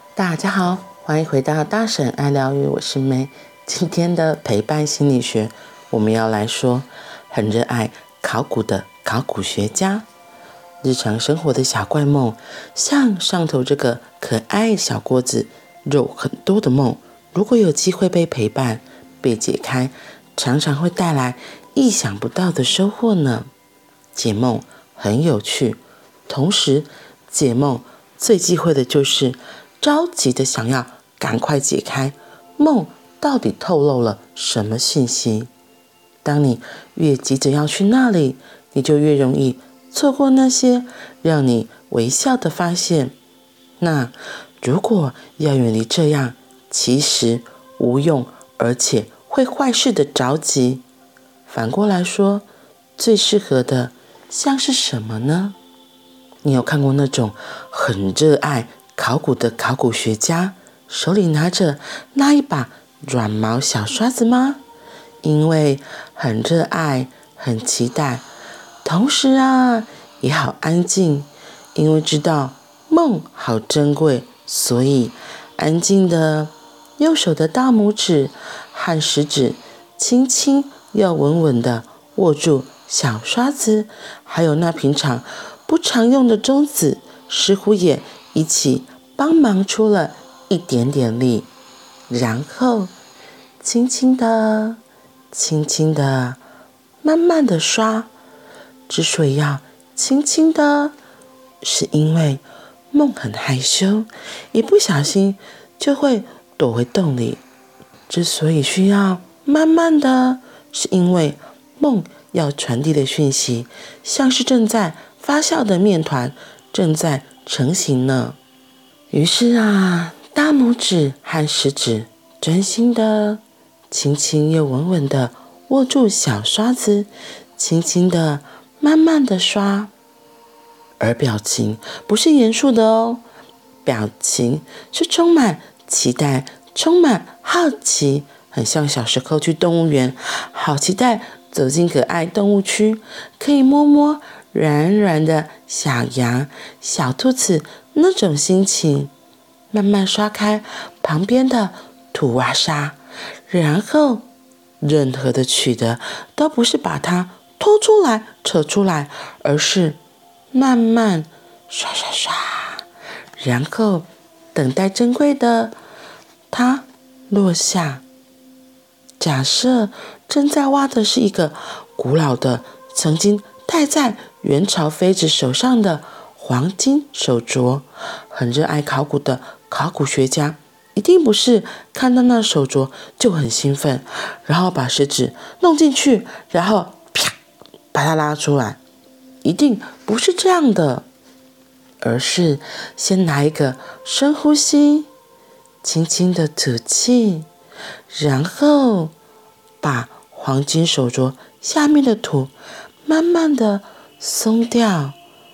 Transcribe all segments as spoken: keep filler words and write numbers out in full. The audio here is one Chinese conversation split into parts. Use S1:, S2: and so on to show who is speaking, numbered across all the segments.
S1: 大家好，欢迎回到大婶爱疗愈，我是May。今天的陪伴心理学，我们要来说很热爱考古的考古学家，日常生活的小怪梦，像上头这个可爱小锅子，肉很多的梦，如果有机会被陪伴、被解开，常常会带来意想不到的收获呢。解梦很有趣，同时解梦最忌讳的就是着急的想要赶快解开梦到底透露了什么信息。当你越急着要去那里，你就越容易错过那些让你微笑的发现。那如果要远离这样其实无用而且会坏事的着急，反过来说，最适合的像是什么呢？你有看过那种很热爱考古的考古学家手里拿着那一把软毛小刷子吗？因为很热爱，很期待，同时啊也好安静，因为知道梦好珍贵，所以安静的右手的大拇指和食指轻轻又稳稳的握住小刷子，还有那平常不常用的中指似乎也一起帮忙出了一点点力，然后轻轻的轻轻的慢慢的刷。之所以要轻轻的，是因为梦很害羞，一不小心就会躲回洞里。之所以需要慢慢的，是因为梦要传递的讯息像是正在发酵的面团，正在成型呢。于是啊，大拇指和食指专心的轻轻又稳稳的握住小刷子，轻轻的慢慢的刷。而表情不是严肃的哦，表情是充满期待，充满好奇，很像小时候去动物园，好期待走进可爱动物区，可以摸摸软软的小羊、小兔子那种心情。慢慢刷开旁边的土瓦沙，然后任何的取得都不是把它拖出来扯出来，而是慢慢刷刷刷，然后等待珍贵的它落下。假设正在挖的是一个古老的曾经戴在元朝妃子手上的黄金手镯，很热爱考古的考古学家一定不是看到那手镯就很兴奋，然后把食指弄进去，然后啪把它拉出来，一定不是这样的，而是先拿一个深呼吸，轻轻的吐气，然后把黄金手镯下面的土慢慢的松掉，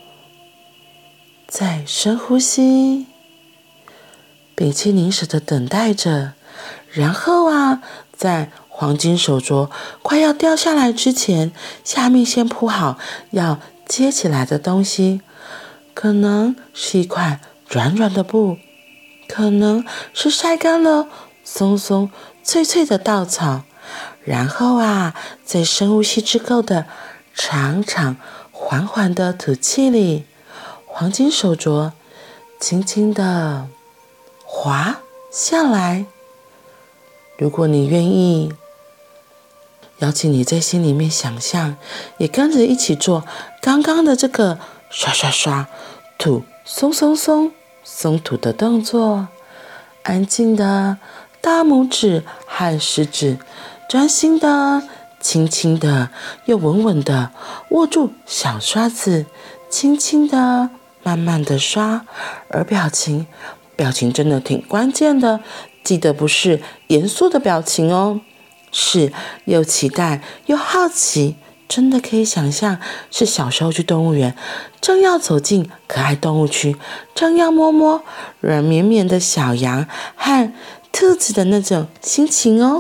S1: 再深呼吸，屏气凝神的等待着。然后啊，在黄金手镯快要掉下来之前，下面先铺好要接起来的东西，可能是一块软软的布，可能是晒干了松松脆脆的稻草。然后啊，在深呼吸之后的长长缓缓的吐气里，黄金手镯轻轻的滑下来。如果你愿意，邀请你在心里面想象，也跟着一起做刚刚的这个刷刷刷土松松松松土的动作。安静的大拇指和食指专心的轻轻的又稳稳的握住小刷子，轻轻的慢慢的刷。而表情表情真的挺关键的，记得不是严肃的表情哦，是又期待又好奇，真的可以想象是小时候去动物园，正要走进可爱动物区，正要摸摸软绵绵的小羊和兔子的那种心情哦。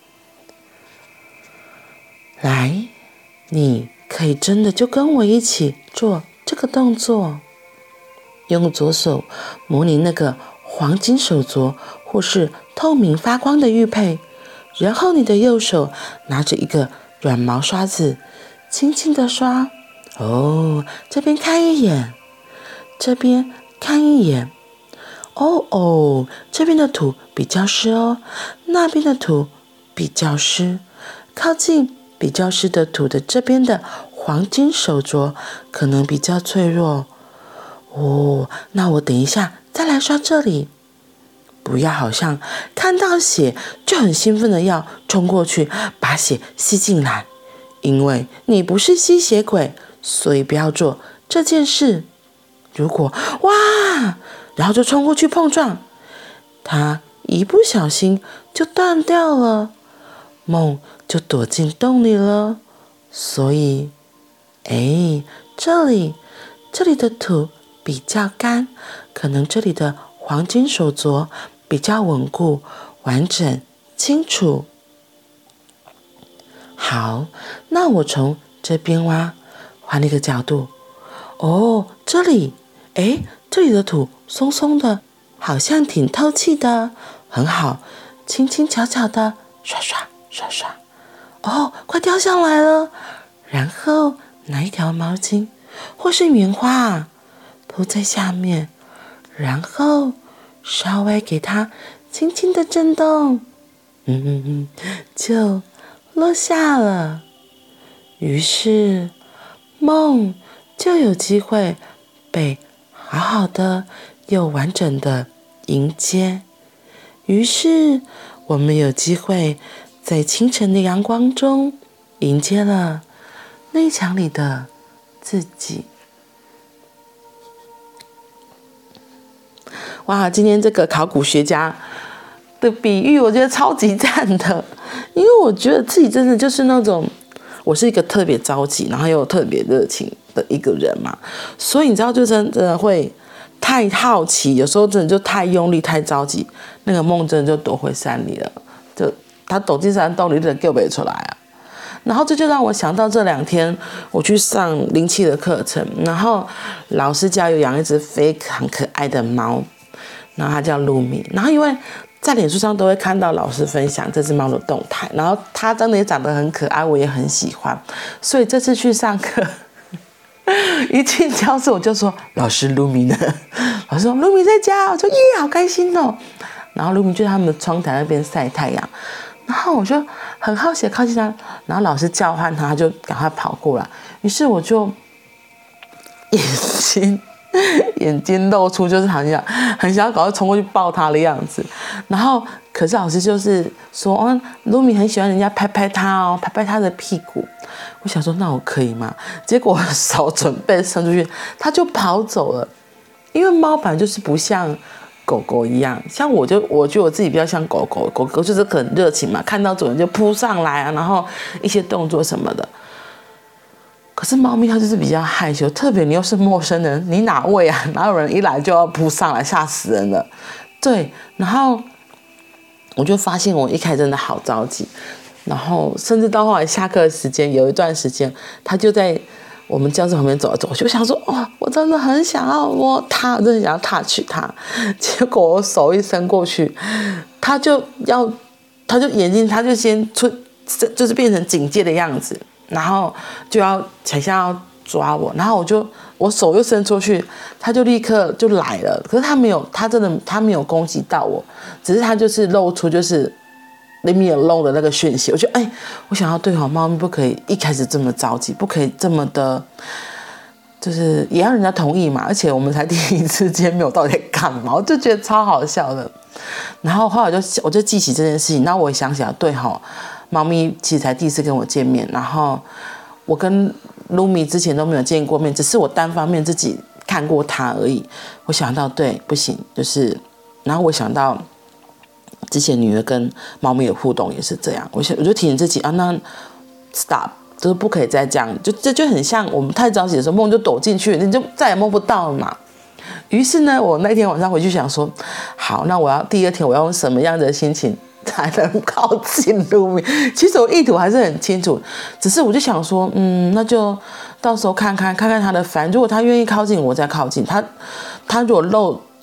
S1: 来，你可以真的就跟我一起做这个动作，用左手模拟那个黄金手镯或是透明发光的玉佩，然后你的右手拿着一个软毛刷子，轻轻地刷。哦，这边看一眼，这边看一眼。哦哦，这边的土比较湿哦，那边的土比较湿。靠近比较湿的土的这边的黄金手镯可能比较脆弱。哦，那我等一下再来刷这里。不要好像看到血就很兴奋的要冲过去把血吸进来，因为你不是吸血鬼，所以不要做这件事。如果哇，然后就冲过去碰撞，它一不小心就断掉了，梦就躲进洞里了。所以，哎，这里这里的土比较干，可能这里的黄金手镯比较稳固、完整、清楚。好，那我从这边挖，换一个角度。哦，这里，哎，这里的土松松的，好像挺透气的，很好，轻轻巧巧的刷刷刷刷。哦，快掉下来了。然后拿一条毛巾或是棉花铺在下面，然后稍微给它轻轻的震动，嗯嗯嗯，就落下了。于是梦就有机会被好好的又完整的迎接。于是我们有机会在清晨的阳光中迎接了内墙里的自己。哇，今天这个考古学家的比喻我觉得超级赞的，因为我觉得自己真的就是那种，我是一个特别着急然后又特别热情的一个人嘛，所以你知道就真的会太好奇，有时候真的就太用力太着急，那个梦真的就躲回山里了，就他躲进山洞里就救不出来啊。然后这就让我想到这两天我去上灵气的课程，然后老师家有养一只非常可爱的猫，然后它叫露米，然后因为在脸书上都会看到老师分享这只猫的动态，然后它真的也长得很可爱，我也很喜欢，所以这次去上课一进教室我就说老师露米呢？老师说露米在家，我说耶好开心哦。然后露米就在他们的窗台那边晒太阳，然后我就很好奇的靠近他，然后老师叫唤他，他就赶快跑过来，于是我就眼睛眼睛露出，就是好像很想要赶快冲过去抱他的样子。然后可是老师就是说，哦，露米很喜欢人家拍拍他哦，拍拍他的屁股。我想说那我可以吗？结果我手准备伸出去，他就跑走了。因为猫本来就是不像狗狗一样，像我就我觉得我自己比较像狗狗，狗狗就是很热情嘛，看到主人就扑上来啊，然后一些动作什么的。可是猫咪它就是比较害羞，特别你又是陌生人，你哪位啊？哪有人一来就要扑上来，吓死人了。对，然后我就发现我一开始真的好着急，然后甚至到后来下课的时间，有一段时间它就在我们教室旁边走来走去，我想说，哇、哦，我真的很想要摸它，我真的很想要 touch 它。结果我手一伸过去，它就要，它就眼睛，它就先出，就是变成警戒的样子，然后就要想象要抓我，然后我就我手又伸出去，它就立刻就来了。可是它没有，它真的它没有攻击到我，只是它就是露出就是。leave me alone 的那个讯息，我觉得哎，我想要对好猫咪不可以一开始这么着急，不可以这么的，就是也要人家同意嘛。而且我们才第一次见面，我到底在干嘛？我就觉得超好笑的。然后后来就我就记起这件事情，那我也想起来，对哈，猫咪其实才第一次跟我见面，然后我跟露米之前都没有见过面，只是我单方面自己看过它而已。我想到对，不行，就是，然后我想到。之前女儿跟猫咪的互动也是这样，我我就提醒自己啊，那 stop， 就是不可以再这样，就这就很像我们太着急的时候，梦就躲进去，你就再也梦不到了嘛。于是呢，我那天晚上回去想说，好，那我要第二天我要用什么样的心情才能靠近露米？其实我意图还是很清楚，只是我就想说，嗯，那就到时候看看看看他的反应，如果他愿意靠近我再靠近他，他如果露。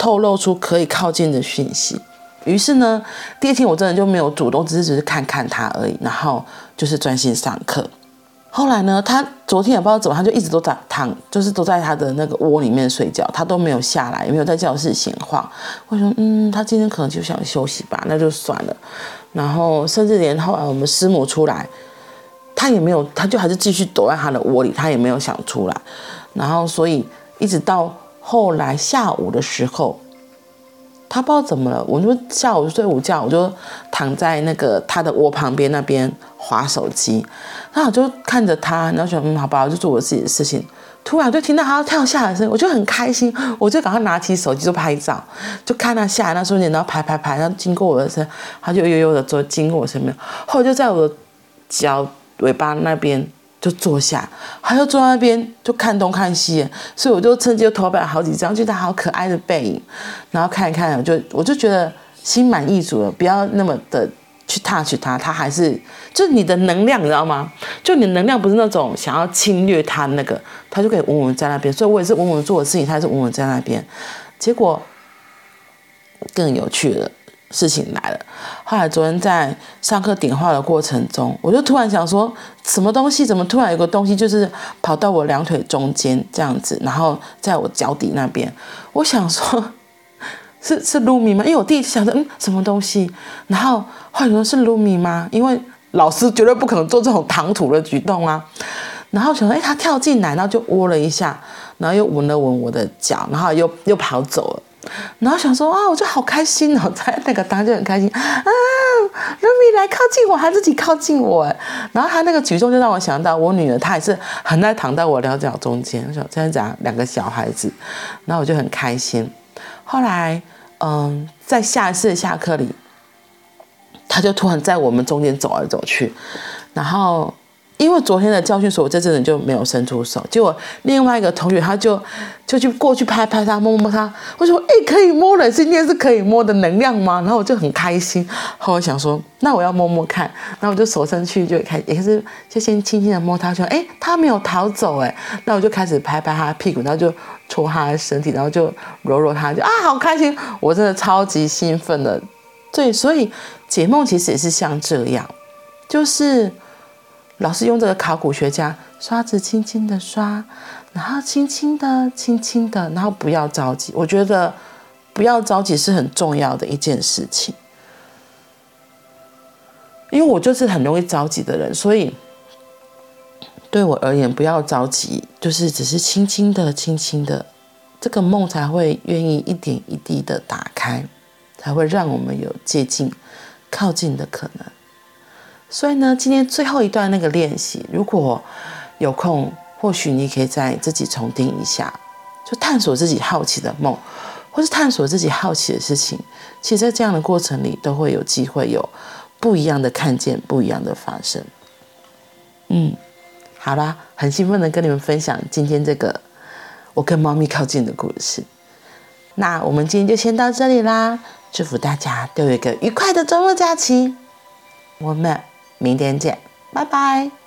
S1: 透露出可以靠近的讯息。于是呢，第二天我真的就没有主动，只是只是看看他而已，然后就是专心上课。后来呢，他昨天也不知道怎么，他就一直都在躺，就是都在他的那个窝里面睡觉，他都没有下来，也没有在教室闲晃。我说，嗯，他今天可能就想休息吧，那就算了。然后甚至连后来我们师母出来，他也没有，他就还是继续躲在他的窝里，他也没有想出来。然后所以一直到后来下午的时候，他不知道怎么了，我就下午睡午觉，我就躺在那个他的窝旁边那边滑手机，然后我就看着他，然后想嗯好吧，我就做我自己的事情。突然就听到他跳下来的声音，我就很开心，我就赶快拿起手机就拍照，就看他下来那瞬间，然后拍拍拍，然后经过我的身，他就悠悠的走经过我身边，后来就在我的脚尾巴那边就坐下，他就坐在那边就看东看西，所以我就趁机就偷拍了好几张，觉得他好可爱的背影，然后看一看，我就我就觉得心满意足了，不要那么的去 touch 他，他还是就是你的能量，你知道吗？就你的能量不是那种想要侵略他那个，他就可以稳稳在那边，所以我也是稳稳做的事情，他也是稳稳在那边。结果更有趣的事情来了，后来昨天在上课点化的过程中，我就突然想说，什么东西怎么突然有个东西就是跑到我两腿中间这样子，然后在我脚底那边，我想说是是 Lumi 吗？因为我第一次想着嗯什么东西，然后后来说是 Lumi 吗？因为老师绝对不可能做这种唐突的举动啊。然后想说，哎，他跳进来，然后就窝了一下，然后又闻了闻我的脚，然后又又跑走了。然后想说啊，我就好开心哦，在那个当下就很开心啊 ，Lumi 来靠近我，还自己靠近我哎。然后他那个举动就让我想到我女儿，她也是很爱躺在我两脚中间，我想这样讲两个小孩子，然后我就很开心。后来，嗯，在下一次的下课里，他就突然在我们中间走来走去，然后因为昨天的教训，所以我这阵子就没有伸出手。结果另外一个同学他就就去过去拍拍他，摸摸他。我说：“哎、欸，可以摸的，今天是可以摸的能量吗？”然后我就很开心。后来想说，那我要摸摸看。然后我就手伸去，就开也是就先轻轻的摸他，说：“哎、欸，他没有逃走。”哎，那我就开始拍拍他的屁股，然后就戳他的身体，然后就揉揉他，就啊，好开心！我真的超级兴奋的。对，所以解梦其实也是像这样，就是老师用这个考古学家刷子轻轻的刷，然后轻轻的轻轻的，然后不要着急。我觉得不要着急是很重要的一件事情，因为我就是很容易着急的人，所以对我而言不要着急，就是只是轻轻的轻轻的，这个梦才会愿意一点一滴的打开，才会让我们有接近靠近的可能。所以呢，今天最后一段那个练习，如果有空，或许你可以再自己重听一下，就探索自己好奇的梦，或是探索自己好奇的事情。其实在这样的过程里，都会有机会有不一样的看见，不一样的发生。嗯，好啦，很兴奋的跟你们分享今天这个我跟猫咪靠近的故事。那我们今天就先到这里啦，祝福大家都有一个愉快的周末假期，我们明天见，拜拜。